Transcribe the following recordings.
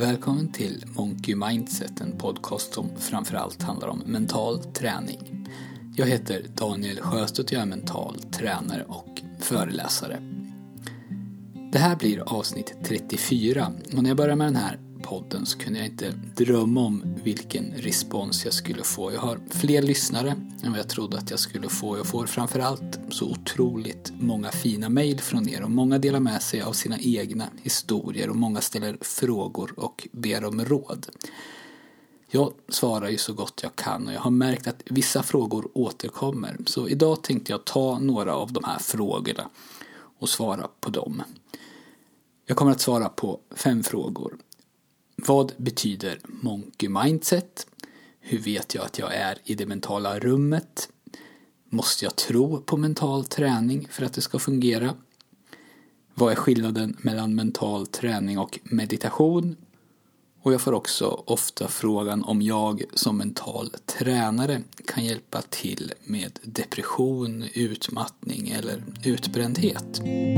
Välkommen till Monkey Mindset, en podcast som framförallt handlar om mental träning. Jag heter Daniel Sjöstedt och jag är mental tränare och föreläsare. Det här blir avsnitt 34 och när jag började med den här podden så kunde jag inte drömma om vilken respons jag skulle få. Jag har fler lyssnare än vad jag trodde att jag skulle få. Jag får framförallt så otroligt många fina mejl från er och många delar med sig av sina egna historier och många ställer frågor och ber om råd. Jag svarar ju så gott jag kan och jag har märkt att vissa frågor återkommer. Så idag tänkte jag ta några av de här frågorna och svara på dem. Jag kommer att svara på 5 frågor. Vad betyder Monkey Mindset? Hur vet jag att jag är i det mentala rummet? Måste jag tro på mental träning för att det ska fungera? Vad är skillnaden mellan mental träning och meditation? Och jag får också ofta frågan om jag som mental tränare kan hjälpa till med depression, utmattning eller utbrändhet.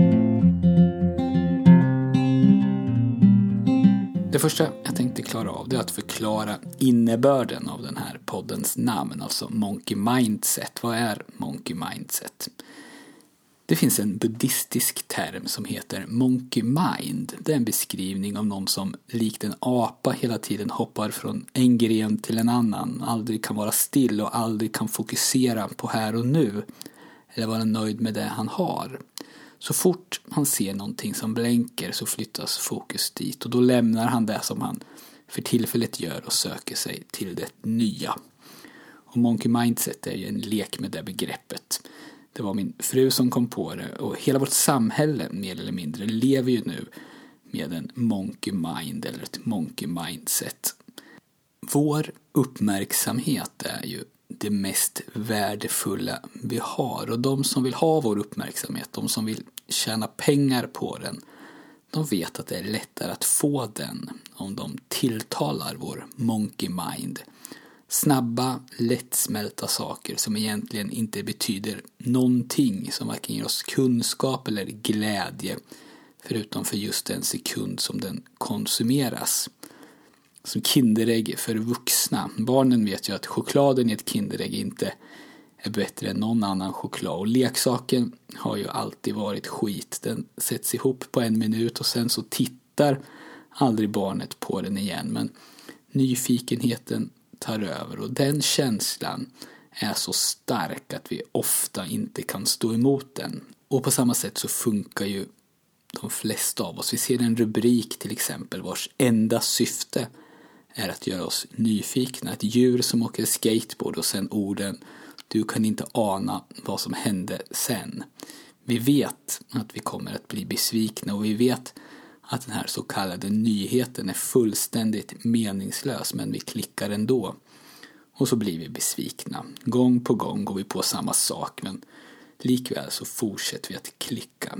Det första jag tänkte klara av det är att förklara innebörden av den här poddens namn, alltså Monkey Mindset. Vad är Monkey Mindset? Det finns en buddhistisk term som heter Monkey Mind. Det är en beskrivning av någon som likt en apa hela tiden hoppar från en gren till en annan, aldrig kan vara still och aldrig kan fokusera på här och nu eller vara nöjd med det han har. Så fort han ser någonting som blänker så flyttas fokus dit och då lämnar han det som han för tillfället gör och söker sig till det nya. Och Monkey Mindset är ju en lek med det begreppet. Det var min fru som kom på det och hela vårt samhälle mer eller mindre lever ju nu med en Monkey Mind eller ett Monkey Mindset. Vår uppmärksamhet är ju det mest värdefulla vi har och de som vill ha vår uppmärksamhet, de som vill tjäna pengar på den, de vet att det är lättare att få den om de tilltalar vår Monkey Mind. Snabba, lättsmälta saker som egentligen inte betyder någonting, som varken ger oss kunskap eller glädje förutom för just en sekund som den konsumeras. Som Kinderägg för vuxna. Barnen vet ju att chokladen i ett Kinderägg inte är bättre än någon annan choklad. Och leksaken har ju alltid varit skit. Den sätts ihop på 1 minut och sen så tittar aldrig barnet på den igen. Men nyfikenheten tar över och den känslan är så stark att vi ofta inte kan stå emot den. Och på samma sätt så funkar ju de flesta av oss. Vi ser en rubrik till exempel vars enda syfte är att göra oss nyfikna. Ett djur som åker skateboard och sen orden "Du kan inte ana vad som hände sen". Vi vet att vi kommer att bli besvikna och vi vet att den här så kallade nyheten är fullständigt meningslös, men vi klickar ändå. Och så blir vi besvikna. Gång på gång går vi på samma sak, men likväl så fortsätter vi att klicka.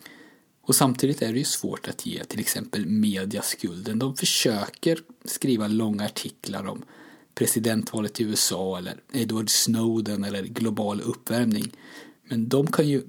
Och samtidigt är det ju svårt att ge till exempel media skulden. De försöker skriva långa artiklar om presidentvalet i USA eller Edward Snowden eller global uppvärmning. Men de kan ju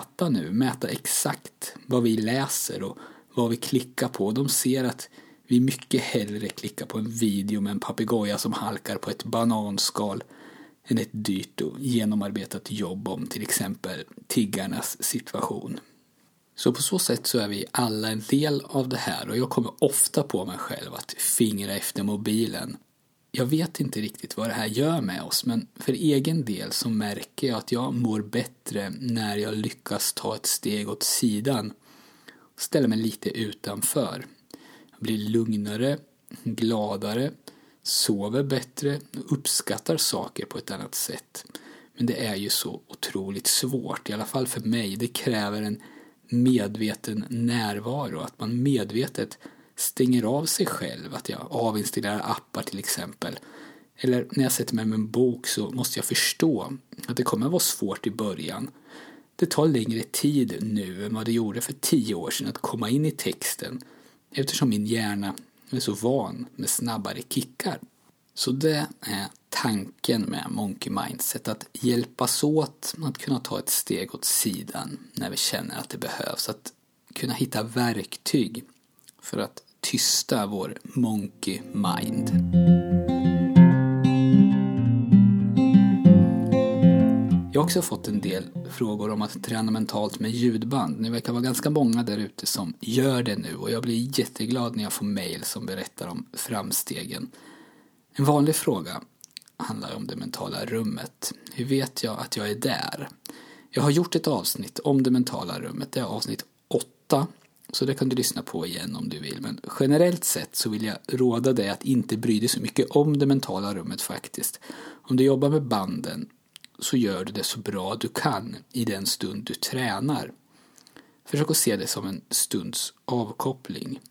mäta exakt vad vi läser och vad vi klickar på. De ser att vi mycket hellre klickar på en video med en papegoja som halkar på ett bananskal än ett dyrt och genomarbetat jobb om till exempel tiggarnas situation. Så på så sätt så är vi alla en del av det här och jag kommer ofta på mig själv att fingra efter mobilen. Jag vet inte riktigt vad det här gör med oss, men för egen del så märker jag att jag mår bättre när jag lyckas ta ett steg åt sidan och ställa mig lite utanför. Jag blir lugnare, gladare, sover bättre och uppskattar saker på ett annat sätt. Men det är ju så otroligt svårt, i alla fall för mig. Det kräver en medveten närvaro, att man medvetet stänger av sig själv, att jag avinstallerar appar till exempel. Eller när jag sätter mig med en bok så måste jag förstå att det kommer att vara svårt i början. Det tar längre tid nu än vad det gjorde för 10 år sedan att komma in i texten, eftersom min hjärna är så van med snabbare kickar. Så det är tanken med Monkey Mindset, att hjälpas åt att kunna ta ett steg åt sidan när vi känner att det behövs, att kunna hitta verktyg för att tysta vår monkey mind. Jag har också fått en del frågor om att träna mentalt med ljudband. Ni verkar vara ganska många där ute som gör det nu och jag blir jätteglad när jag får mejl som berättar om framstegen. En vanlig fråga handlar om det mentala rummet. Hur vet jag att jag är där? Jag har gjort ett avsnitt om det mentala rummet. Det är avsnitt 8. Så det kan du lyssna på igen om du vill. Men generellt sett så vill jag råda dig att inte bry dig så mycket om det mentala rummet faktiskt. Om du jobbar med banden så gör du det så bra du kan i den stund du tränar. Försök att se det som en stunds avkoppling.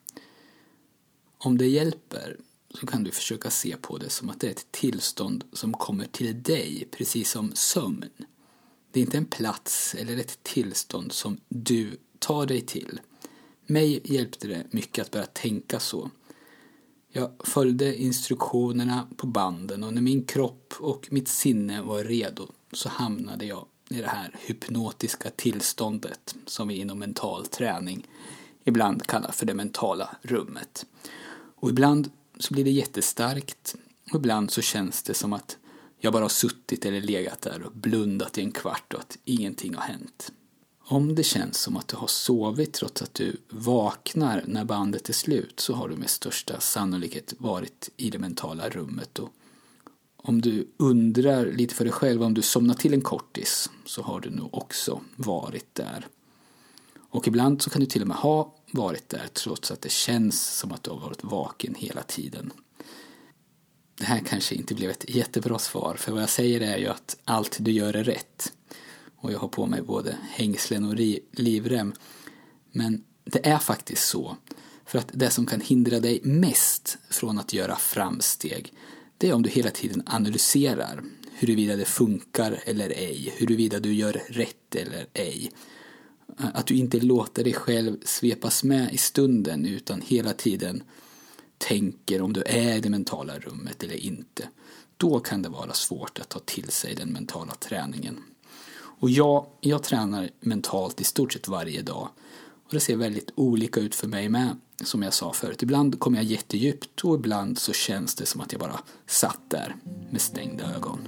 Om det hjälper så kan du försöka se på det som att det är ett tillstånd som kommer till dig, precis som sömn. Det är inte en plats eller ett tillstånd som du tar dig till. Mig hjälpte det mycket att börja tänka så. Jag följde instruktionerna på banden och när min kropp och mitt sinne var redo så hamnade jag i det här hypnotiska tillståndet som vi inom mental träning ibland kallar för det mentala rummet. Och ibland så blir det jättestarkt och ibland så känns det som att jag bara har suttit eller legat där och blundat i en kvart och att ingenting har hänt. Om det känns som att du har sovit trots att du vaknar när bandet är slut så har du med största sannolikhet varit i det mentala rummet. Och om du undrar lite för dig själv om du somnar till en kortis så har du nog också varit där. Och ibland så kan du till och med ha varit där trots att det känns som att du har varit vaken hela tiden. Det här kanske inte blev ett jättebra svar för vad jag säger är ju att allt du gör är rätt. Och jag har på mig både hängslen och livrem. Men det är faktiskt så. För att det som kan hindra dig mest från att göra framsteg det är om du hela tiden analyserar huruvida det funkar eller ej. Huruvida du gör rätt eller ej. Att du inte låter dig själv svepas med i stunden utan hela tiden tänker om du är i det mentala rummet eller inte. Då kan det vara svårt att ta till sig den mentala träningen. Och jag tränar mentalt i stort sett varje dag. Och det ser väldigt olika ut för mig med, som jag sa förut. Ibland kommer jag jättedjupt och ibland så känns det som att jag bara satt där med stängda ögon.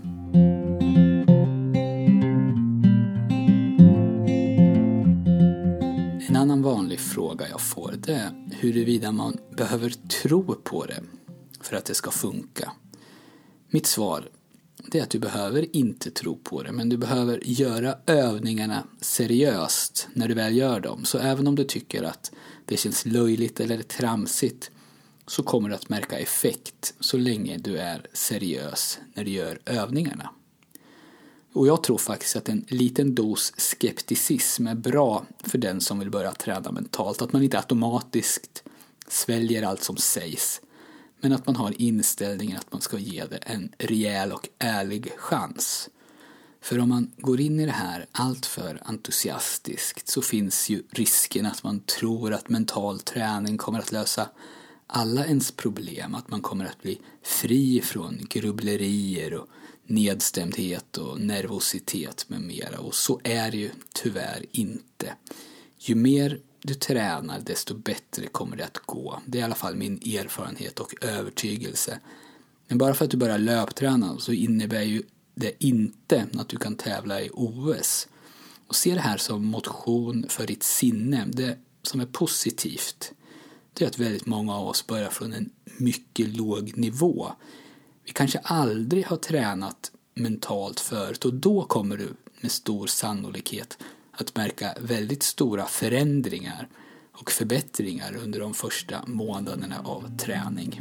En annan vanlig fråga jag får det är huruvida man behöver tro på det för att det ska funka. Mitt svar det är att du behöver inte tro på det men du behöver göra övningarna seriöst när du väl gör dem. Så även om du tycker att det känns löjligt eller tramsigt så kommer du att märka effekt så länge du är seriös när du gör övningarna. Och jag tror faktiskt att en liten dos skepticism är bra för den som vill börja träna mentalt. Att man inte automatiskt sväljer allt som sägs. Men att man har inställningen att man ska ge det en rejäl och ärlig chans. För om man går in i det här allt för entusiastiskt så finns ju risken att man tror att mental träning kommer att lösa alla ens problem. Att man kommer att bli fri från grubblerier och nedstämdhet och nervositet med mera. Och så är det ju tyvärr inte. Ju mer du tränar desto bättre kommer det att gå. Det är i alla fall min erfarenhet och övertygelse. Men bara för att du börjar löpträna så innebär ju det inte att du kan tävla i OS. Och se det här som motion för ditt sinne. Det som är positivt det är att väldigt många av oss börjar från en mycket låg nivå. Vi kanske aldrig har tränat mentalt förut och då kommer du med stor sannolikhet att märka väldigt stora förändringar och förbättringar under de första månaderna av träning.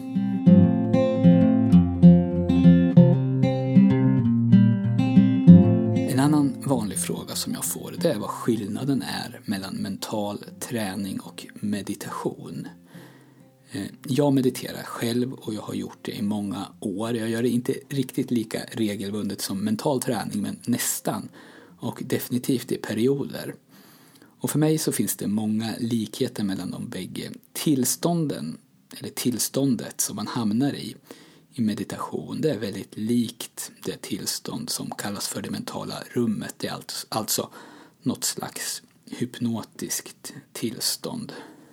En annan vanlig fråga som jag får det är vad skillnaden är mellan mental träning och meditation. Jag mediterar själv och jag har gjort det i många år. Jag gör det inte riktigt lika regelbundet som mental träning men nästan. Och definitivt i perioder. Och för mig så finns det många likheter mellan de bägge tillstånden eller tillståndet som man hamnar i meditation. Det är väldigt likt det tillstånd som kallas för det mentala rummet. Det är alltså något slags hypnotiskt tillstånd.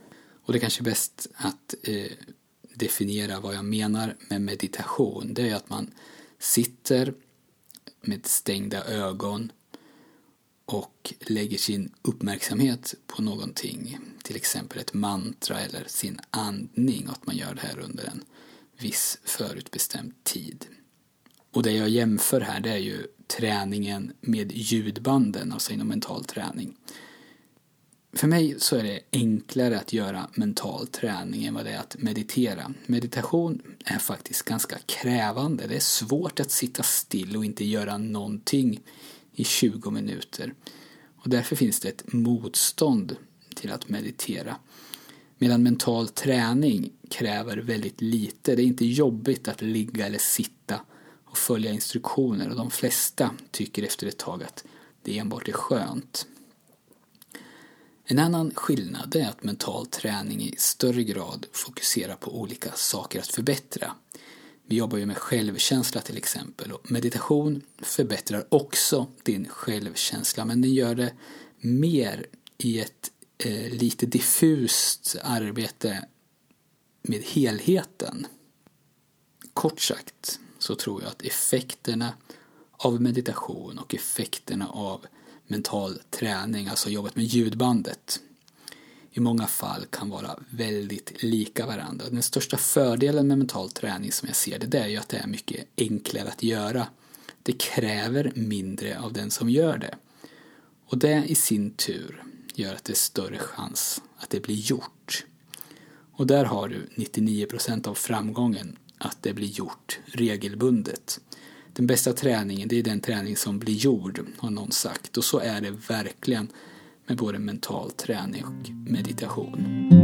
Och det är kanske bäst att definiera vad jag menar med meditation. Det är att man sitter med stängda ögon och lägger sin uppmärksamhet på någonting. Till exempel ett mantra eller sin andning, och att man gör det här under en viss förutbestämd tid. Och det jag jämför här, det är ju träningen med ljudbanden, alltså inom mental träning. För mig så är det enklare att göra mental träning än vad det är att meditera. Meditation är faktiskt ganska krävande. Det är svårt att sitta still och inte göra någonting i 20 minuter. Och därför finns det ett motstånd till att meditera. Medan mental träning kräver väldigt lite. Det är inte jobbigt att ligga eller sitta och följa instruktioner. Och de flesta tycker efter ett tag att det enbart är skönt. En annan skillnad är att mental träning i större grad fokuserar på olika saker att förbättra. Vi jobbar ju med självkänsla till exempel, och meditation förbättrar också din självkänsla, men den gör det mer i ett lite diffust arbete med helheten. Kort sagt så tror jag att effekterna av meditation och effekterna av mental träning, alltså jobbet med ljudbandet, i många fall kan vara väldigt lika varandra. Den största fördelen med mental träning som jag ser det är ju att det är mycket enklare att göra. Det kräver mindre av den som gör det. Och det i sin tur gör att det är större chans att det blir gjort. Och där har du 99% av framgången, att det blir gjort regelbundet. Den bästa träningen, det är den träning som blir gjord, har någon sagt. Och så är det verkligen med både mental träning och meditation.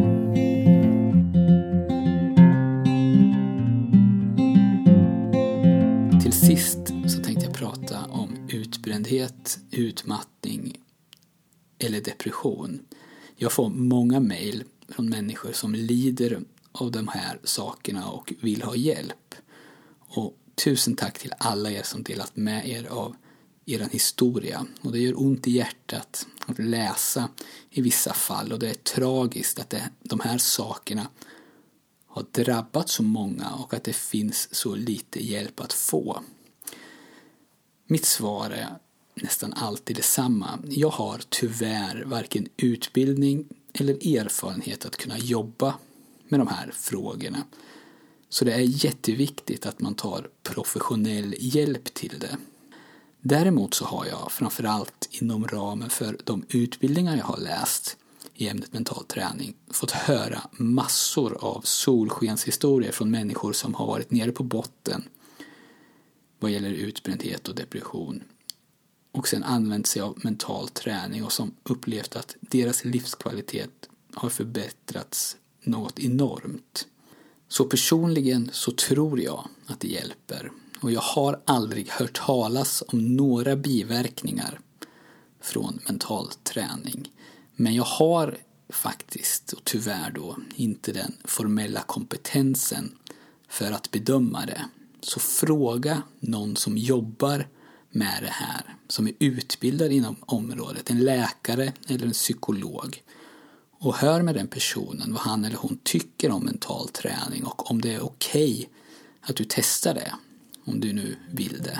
Till sist så tänkte jag prata om utbrändhet, utmattning eller depression. Jag får många mejl från människor som lider av de här sakerna och vill ha hjälp. Och tusen tack till alla er som delat med er av er historia. Och det gör ont i hjärtat att läsa i vissa fall. Och det är tragiskt att de här sakerna har drabbat så många och att det finns så lite hjälp att få. Mitt svar är nästan alltid detsamma. Jag har tyvärr varken utbildning eller erfarenhet att kunna jobba med de här frågorna. Så det är jätteviktigt att man tar professionell hjälp till det. Däremot så har jag framförallt inom ramen för de utbildningar jag har läst i ämnet mental träning fått höra massor av solskenshistorier från människor som har varit nere på botten vad gäller utbrändhet och depression och sen använt sig av mental träning och som upplevt att deras livskvalitet har förbättrats något enormt. Så personligen så tror jag att det hjälper. Och jag har aldrig hört talas om några biverkningar från mental träning. Men jag har faktiskt, och tyvärr då, inte den formella kompetensen för att bedöma det. Så fråga någon som jobbar med det här, som är utbildad inom området, en läkare eller en psykolog. Och hör med den personen vad han eller hon tycker om mental träning och om det är okej att du testar det, om du nu vill det.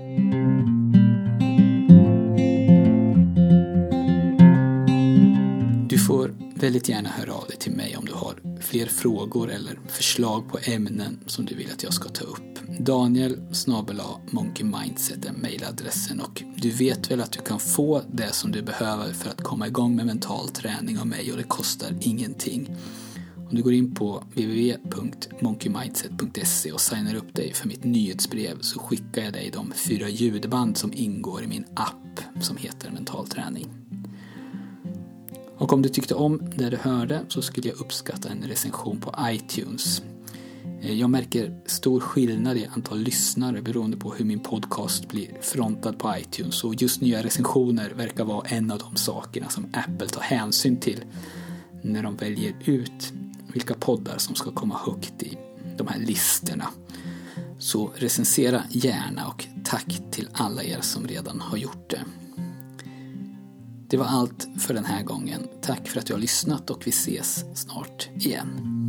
Du får väldigt gärna höra av dig till mig om du har fler frågor eller förslag på ämnen som du vill att jag ska ta upp. Daniel@monkeymindset är mejladressen, och du vet väl att du kan få det som du behöver för att komma igång med mental träning av mig, och det kostar ingenting. Om du går in på www.monkeymindset.se och signar upp dig för mitt nyhetsbrev så skickar jag dig de 4 ljudband som ingår i min app som heter mental träning. Och om du tyckte om det du hörde så skulle jag uppskatta en recension på iTunes. Jag märker stor skillnad i antal lyssnare beroende på hur min podcast blir frontad på iTunes. Och just nya recensioner verkar vara en av de sakerna som Apple tar hänsyn till när de väljer ut vilka poddar som ska komma högt i de här listorna. Så recensera gärna, och tack till alla er som redan har gjort det. Det var allt för den här gången. Tack för att du har lyssnat och vi ses snart igen.